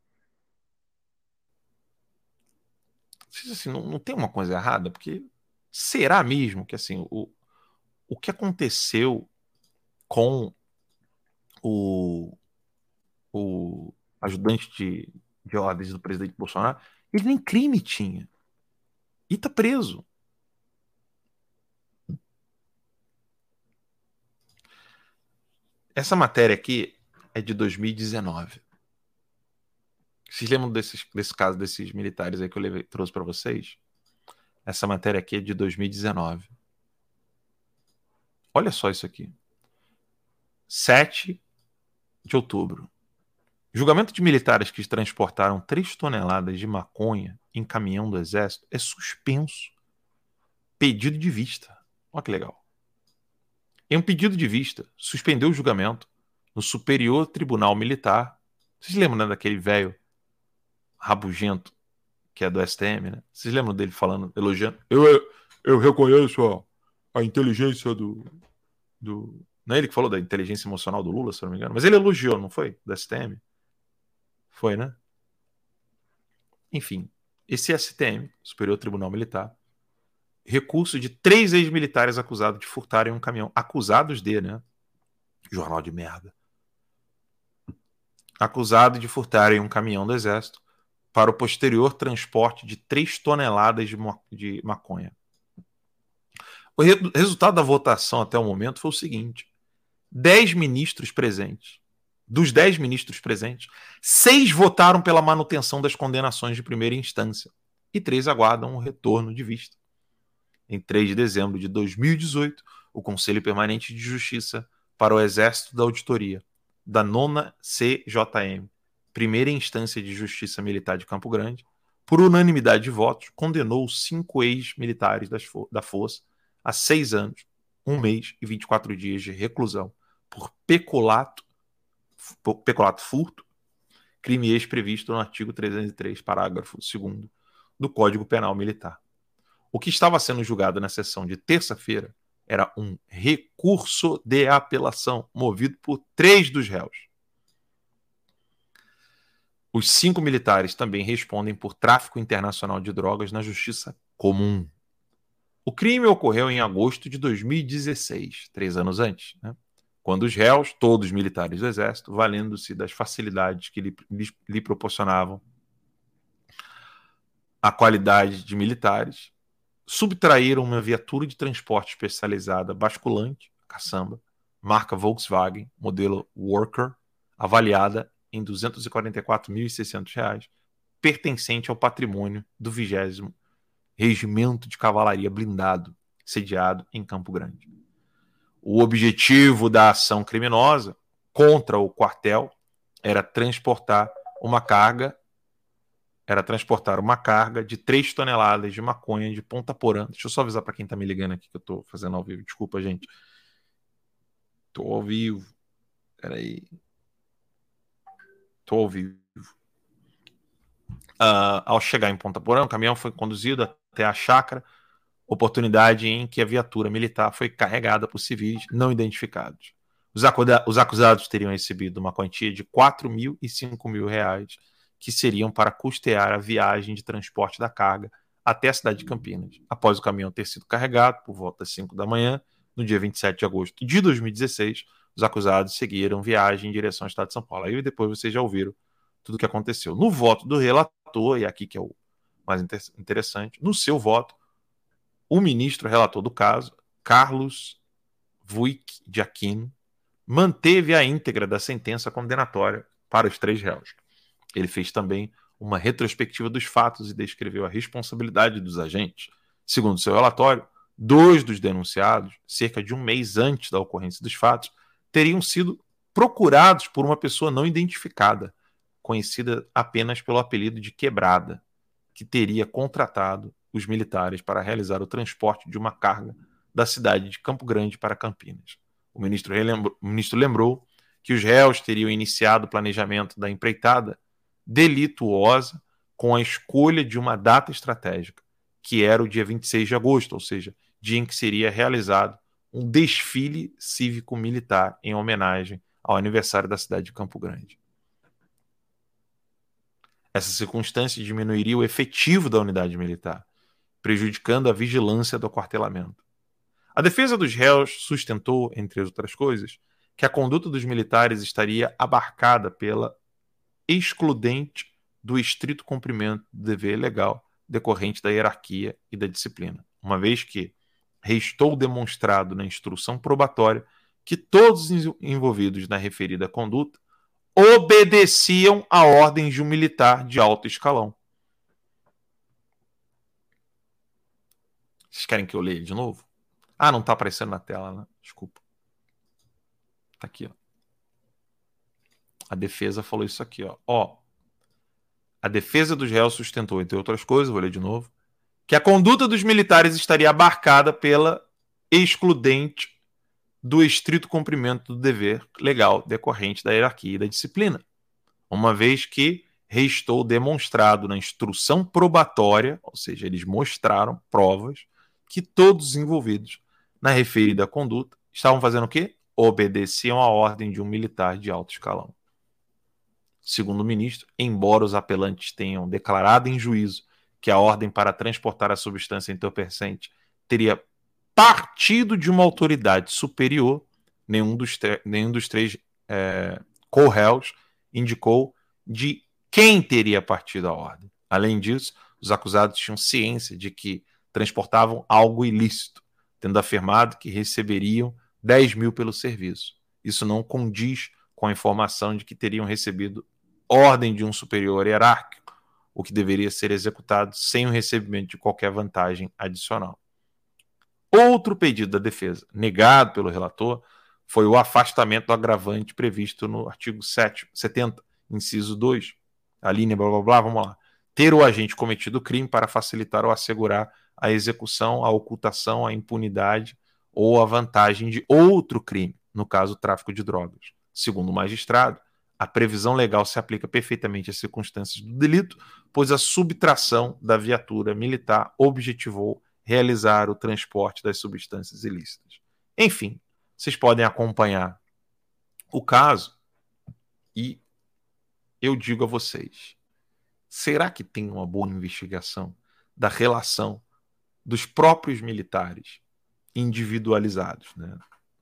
Assim, não tem uma coisa errada, porque será mesmo que assim, o que aconteceu com o ajudante de ordens do presidente Bolsonaro, ele nem crime tinha. E tá preso. Essa matéria aqui é de 2019. Vocês lembram desse caso desses militares aí que eu trouxe para vocês? Essa matéria aqui é de 2019. Olha só isso aqui. 7 de outubro. Julgamento de militares que transportaram 3 toneladas de maconha em caminhão do Exército é suspenso. Pedido de vista. Olha que legal. Em um pedido de vista, suspendeu o julgamento no Superior Tribunal Militar. Vocês lembram, né, daquele velho rabugento que é do STM, né? Vocês lembram dele falando, elogiando? Eu reconheço a inteligência do... Não é ele que falou da inteligência emocional do Lula, se eu não me engano? Mas ele elogiou, não foi? Do STM? Foi, né? Enfim, esse STM, Superior Tribunal Militar, recurso de 3 ex-militares acusados de furtarem um caminhão. Acusados de, né? Jornal de merda. Acusado de furtarem um caminhão do Exército para o posterior transporte de 3 toneladas de maconha. O resultado da votação até o momento foi o seguinte: 10 ministros presentes. Dos 10 ministros presentes, 6 votaram pela manutenção das condenações de primeira instância e 3 aguardam o retorno de vista. Em 3 de dezembro de 2018, o Conselho Permanente de Justiça para o Exército da Auditoria, da 9ª CJM, Primeira Instância de Justiça Militar de Campo Grande, por unanimidade de votos, condenou 5 ex-militares da Força a 6 anos, 1 mês e 24 dias de reclusão por peculato, furto, crime ex-previsto no artigo 303, parágrafo 2º do Código Penal Militar. O que estava sendo julgado na sessão de terça-feira era um recurso de apelação movido por 3 dos réus. Os 5 militares também respondem por tráfico internacional de drogas na justiça comum. O crime ocorreu em agosto de 2016, 3 anos antes, né? Quando os réus, todos militares do Exército, valendo-se das facilidades que lhe proporcionavam a qualidade de militares, subtraíram uma viatura de transporte especializada basculante, caçamba, marca Volkswagen, modelo Worker, avaliada em R$ 244.600, pertencente ao patrimônio do 20º Regimento de Cavalaria Blindado, sediado em Campo Grande. O objetivo da ação criminosa contra o quartel era transportar uma carga de 3 toneladas de maconha de Ponta Porã. Deixa eu só avisar para quem tá me ligando aqui que eu tô fazendo ao vivo. Desculpa, gente. Tô ao vivo. Peraí. Tô ao vivo. Ao chegar em Ponta Porã, o caminhão foi conduzido até a chácara, oportunidade em que a viatura militar foi carregada por civis não identificados. Os acusados teriam recebido uma quantia de R$ 4.000 e R$ 5.000, que seriam para custear a viagem de transporte da carga até a cidade de Campinas. Após o caminhão ter sido carregado, por volta das 5 da manhã, no dia 27 de agosto de 2016, os acusados seguiram viagem em direção ao estado de São Paulo. Aí depois vocês já ouviram tudo o que aconteceu. No voto do relator, e aqui que é o mais interessante, no seu voto, o ministro relator do caso, Carlos Vuik de Aquino, manteve a íntegra da sentença condenatória para os 3 réus. Ele fez também uma retrospectiva dos fatos e descreveu a responsabilidade dos agentes. Segundo seu relatório, 2 dos denunciados, cerca de 1 mês antes da ocorrência dos fatos, teriam sido procurados por uma pessoa não identificada, conhecida apenas pelo apelido de Quebrada, que teria contratado os militares para realizar o transporte de uma carga da cidade de Campo Grande para Campinas. O ministro lembrou que os réus teriam iniciado o planejamento da empreitada delituosa com a escolha de uma data estratégica, que era o dia 26 de agosto, ou seja, dia em que seria realizado um desfile cívico-militar em homenagem ao aniversário da cidade de Campo Grande. Essa circunstância diminuiria o efetivo da unidade militar, prejudicando a vigilância do aquartelamento. A defesa dos réus sustentou, entre outras coisas, que a conduta dos militares estaria abarcada pela excludente do estrito cumprimento do dever legal decorrente da hierarquia e da disciplina, uma vez que restou demonstrado na instrução probatória que todos os envolvidos na referida conduta obedeciam a ordens de um militar de alto escalão. Vocês querem que eu leia de novo? Ah, não está aparecendo na tela, né? Desculpa. Tá aqui, ó. A defesa falou isso aqui, ó. A defesa dos réus sustentou, entre outras coisas, vou ler de novo, que a conduta dos militares estaria abarcada pela excludente do estrito cumprimento do dever legal decorrente da hierarquia e da disciplina, uma vez que restou demonstrado na instrução probatória, ou seja, eles mostraram provas, que todos os envolvidos na referida conduta estavam fazendo o quê? Obedeciam à ordem de um militar de alto escalão. Segundo o ministro, embora os apelantes tenham declarado em juízo que a ordem para transportar a substância entorpecente teria partido de uma autoridade superior, nenhum dos três co-réus indicou de quem teria partido a ordem. Além disso, os acusados tinham ciência de que transportavam algo ilícito, tendo afirmado que receberiam 10 mil pelo serviço. Isso não condiz com a informação de que teriam recebido ordem de um superior hierárquico, o que deveria ser executado sem o recebimento de qualquer vantagem adicional. Outro pedido da defesa, negado pelo relator, foi o afastamento do agravante previsto no artigo 70, inciso 2. A linha blá blá blá, vamos lá. Ter o agente cometido o crime para facilitar ou assegurar a execução, a ocultação, a impunidade ou a vantagem de outro crime, no caso, o tráfico de drogas. Segundo o magistrado, a previsão legal se aplica perfeitamente às circunstâncias do delito, pois a subtração da viatura militar objetivou realizar o transporte das substâncias ilícitas. Enfim, vocês podem acompanhar o caso e eu digo a vocês, será que tem uma boa investigação da relação dos próprios militares individualizados, né?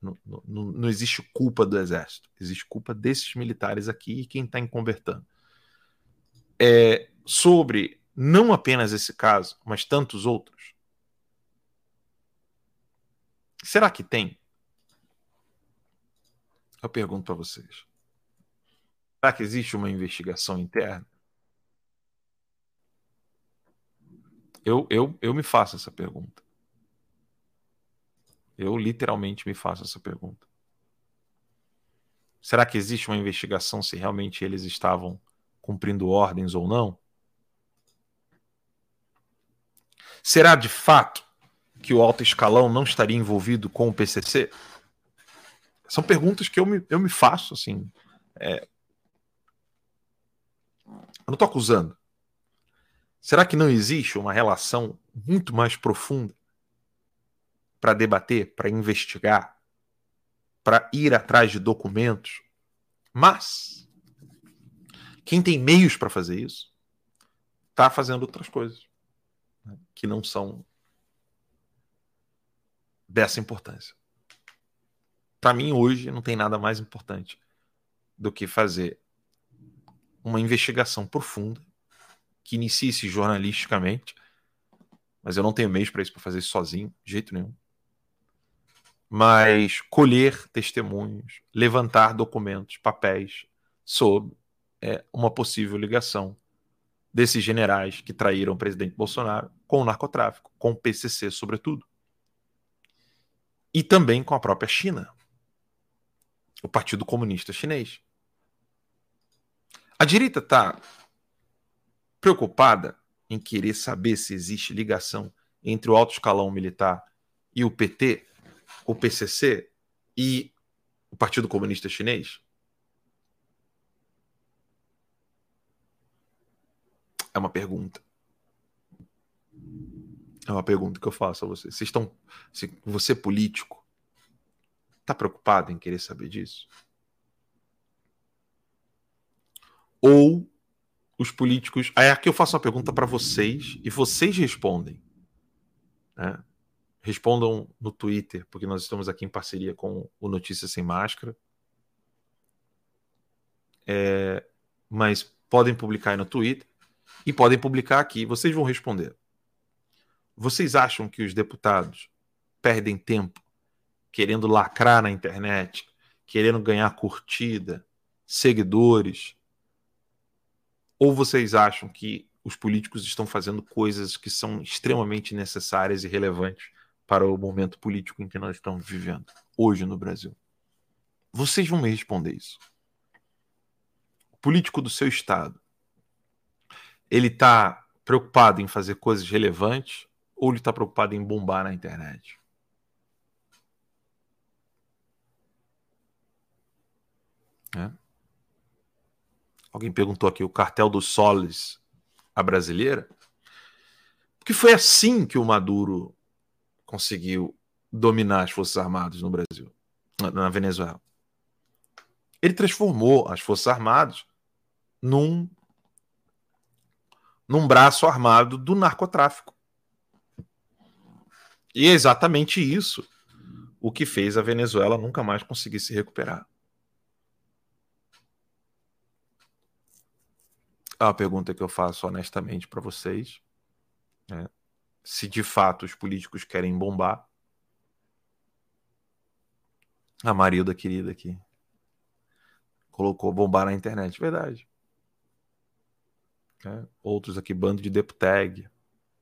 Não existe culpa do exército, existe culpa desses militares aqui e quem está encobertando. Sobre não apenas esse caso, mas tantos outros. Será que tem? Eu pergunto para vocês. Será que existe uma investigação interna? Eu me faço essa pergunta. Eu literalmente me faço essa pergunta. Será que existe uma investigação se realmente eles estavam cumprindo ordens ou não? Será de fato que o alto escalão não estaria envolvido com o PCC? São perguntas que eu me faço, assim. Eu não estou acusando. Será que não existe uma relação muito mais profunda para debater, para investigar, para ir atrás de documentos? Mas quem tem meios para fazer isso está fazendo outras coisas, né, que não são dessa importância. Para mim, hoje, não tem nada mais importante do que fazer uma investigação profunda que inicie-se jornalisticamente, mas eu não tenho meios para isso, para fazer isso sozinho, de jeito nenhum. Mas colher testemunhos, levantar documentos, papéis sobre uma possível ligação desses generais que traíram o presidente Bolsonaro com o narcotráfico, com o PCC, sobretudo. E também com a própria China, o Partido Comunista Chinês. A direita está preocupada em querer saber se existe ligação entre o alto escalão militar e o PT, o PCC e o Partido Comunista Chinês? É uma pergunta. É uma pergunta que eu faço a vocês. Você político, está preocupado em querer saber disso? ou os políticos... Aí aqui eu faço uma pergunta para vocês e vocês respondem, né? Respondam no Twitter, porque nós estamos aqui em parceria com o Notícias Sem Máscara. Mas podem publicar aí no Twitter e podem publicar aqui. Vocês vão responder. Vocês acham que os deputados perdem tempo querendo lacrar na internet, querendo ganhar curtida, seguidores? Ou vocês acham que os políticos estão fazendo coisas que são extremamente necessárias e relevantes para o momento político em que nós estamos vivendo hoje no Brasil? Vocês vão me responder isso. O político do seu estado, ele está preocupado em fazer coisas relevantes ou ele está preocupado em bombar na internet? Alguém perguntou aqui, o cartel dos soles, a brasileira? Porque foi assim que o Maduro conseguiu dominar as Forças Armadas no Brasil, na Venezuela. Ele transformou as Forças Armadas num braço armado do narcotráfico. E é exatamente isso o que fez a Venezuela nunca mais conseguir se recuperar. É uma pergunta que eu faço honestamente para vocês, né? Se de fato os políticos querem bombar. A Marilda querida aqui colocou bombar na internet, verdade. Outros aqui, bando de deputag.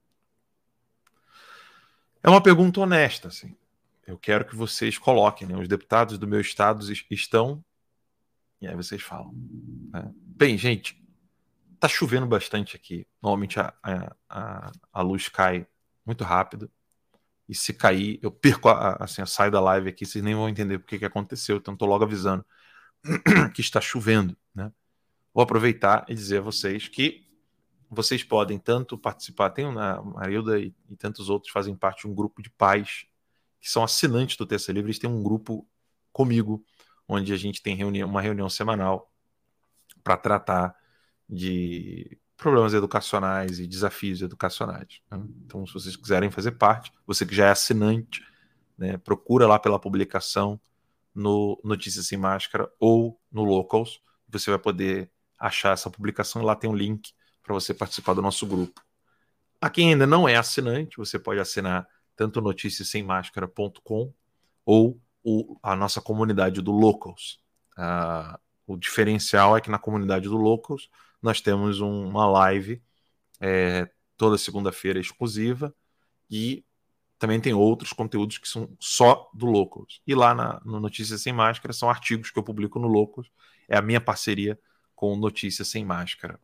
É uma pergunta honesta, assim. Eu quero que vocês coloquem, né? Os deputados do meu estado estão... E aí vocês falam, né? Bem, gente, tá chovendo bastante aqui. Normalmente a luz cai muito rápido. E se cair, eu perco, assim, eu saio da live aqui, vocês nem vão entender porque que aconteceu. Então tô logo avisando que está chovendo, né? Vou aproveitar e dizer a vocês que vocês podem tanto participar, tem a Marilda e tantos outros fazem parte de um grupo de pais que são assinantes do Terça Livre. Eles têm um grupo comigo, onde a gente tem uma reunião semanal para tratar de problemas educacionais e desafios educacionais, né? Então, se vocês quiserem fazer parte, você que já é assinante, né, procura lá pela publicação no Notícias Sem Máscara ou no Locals, você vai poder achar essa publicação, lá tem um link para você participar do nosso grupo. A quem ainda não é assinante, você pode assinar tanto noticiasemmáscara.com ou a nossa comunidade do Locals. O diferencial é que na comunidade do Locals nós temos uma live toda segunda-feira exclusiva e também tem outros conteúdos que são só do Locals. E lá no Notícias Sem Máscara são artigos que eu publico no Locals. É a minha parceria com Notícias Sem Máscara.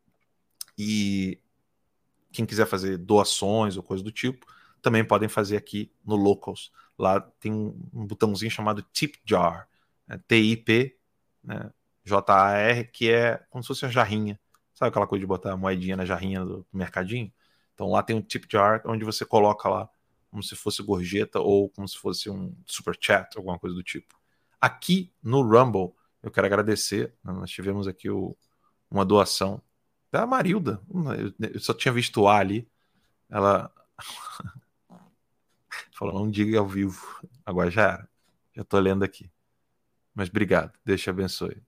E quem quiser fazer doações ou coisa do tipo, também podem fazer aqui no Locals. Lá tem um botãozinho chamado Tip Jar, TIP, né, JAR, que é como se fosse uma jarrinha. Sabe aquela coisa de botar a moedinha na jarrinha do mercadinho? Então lá tem um Tip Jar, onde você coloca lá como se fosse gorjeta ou como se fosse um super chat, alguma coisa do tipo. Aqui no Rumble, eu quero agradecer. Nós tivemos aqui uma doação da Marilda. Eu só tinha visto o A ali. Ela falou, não diga ao vivo. Agora já era. Já tô lendo aqui. Mas obrigado. Deus te abençoe.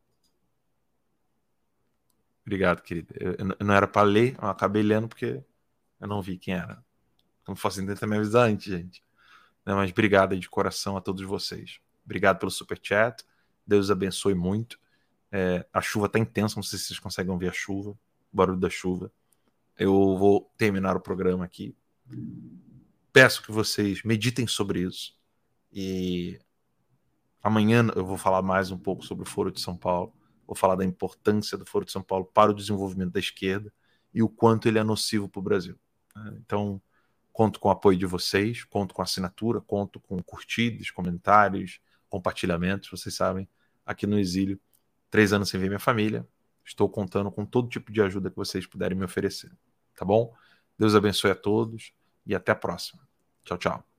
Obrigado, querida. Eu não era para ler, eu acabei lendo porque eu não vi quem era. Não faço tentar me avisar antes, gente. Mas obrigado aí de coração a todos vocês. Obrigado pelo superchat. Deus abençoe muito. A chuva tá intensa, não sei se vocês conseguem ouvir a chuva, o barulho da chuva. Eu vou terminar o programa aqui. Peço que vocês meditem sobre isso. E amanhã eu vou falar mais um pouco sobre o Foro de São Paulo. Vou falar da importância do Foro de São Paulo para o desenvolvimento da esquerda e o quanto ele é nocivo para o Brasil. Então, conto com o apoio de vocês, conto com a assinatura, conto com curtidas, comentários, compartilhamentos. Vocês sabem, aqui no exílio, 3 anos sem ver minha família, estou contando com todo tipo de ajuda que vocês puderem me oferecer. Tá bom? Deus abençoe a todos e até a próxima. Tchau, tchau.